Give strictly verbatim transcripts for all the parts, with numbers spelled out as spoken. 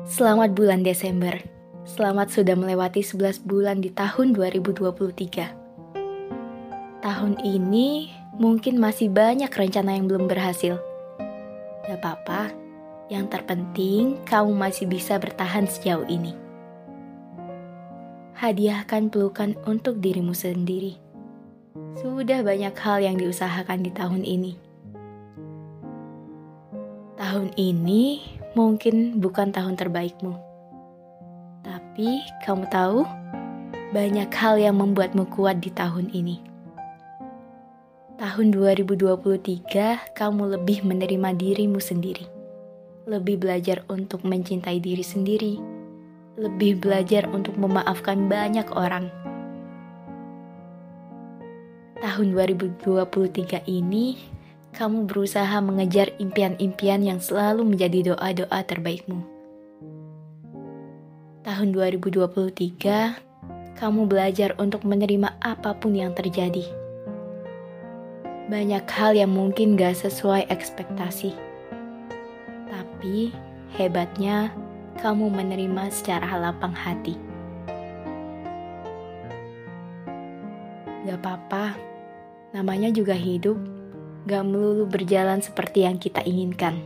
Selamat bulan Desember. Selamat sudah melewati sebelas bulan di tahun dua ribu dua puluh tiga. Tahun ini mungkin masih banyak rencana yang belum berhasil. Gak apa-apa, yang terpenting kamu masih bisa bertahan sejauh ini. Hadiahkan pelukan untuk dirimu sendiri. Sudah banyak hal yang diusahakan di tahun ini. Tahun ini mungkin bukan tahun terbaikmu. Tapi kamu tahu, banyak hal yang membuatmu kuat di tahun ini. Tahun dua ribu dua puluh tiga, kamu lebih menerima dirimu sendiri. Lebih belajar untuk mencintai diri sendiri. Lebih belajar untuk memaafkan banyak orang. Tahun dua ribu dua puluh tiga ini, kamu berusaha mengejar impian-impian yang selalu menjadi doa-doa terbaikmu. Tahun dua ribu dua puluh tiga, kamu belajar untuk menerima apapun yang terjadi. Banyak hal yang mungkin gak sesuai ekspektasi. Tapi, hebatnya, kamu menerima secara lapang hati. Gak apa-apa, namanya juga hidup. Gak melulu berjalan seperti yang kita inginkan.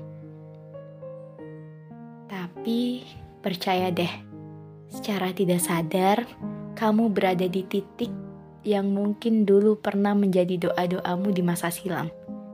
Tapi percaya deh, secara tidak sadar, kamu berada di titik yang mungkin dulu pernah menjadi doa-doamu di masa silam.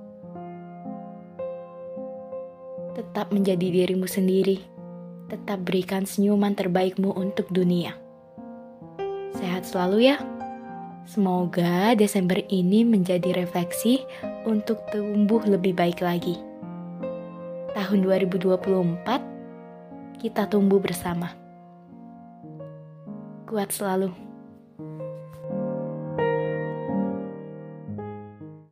Tetap menjadi dirimu sendiri. Tetap berikan senyuman terbaikmu untuk dunia. Sehat selalu ya. Semoga Desember ini menjadi refleksi untuk tumbuh lebih baik lagi. Tahun dua ribu dua puluh empat, kita tumbuh bersama. Kuat selalu.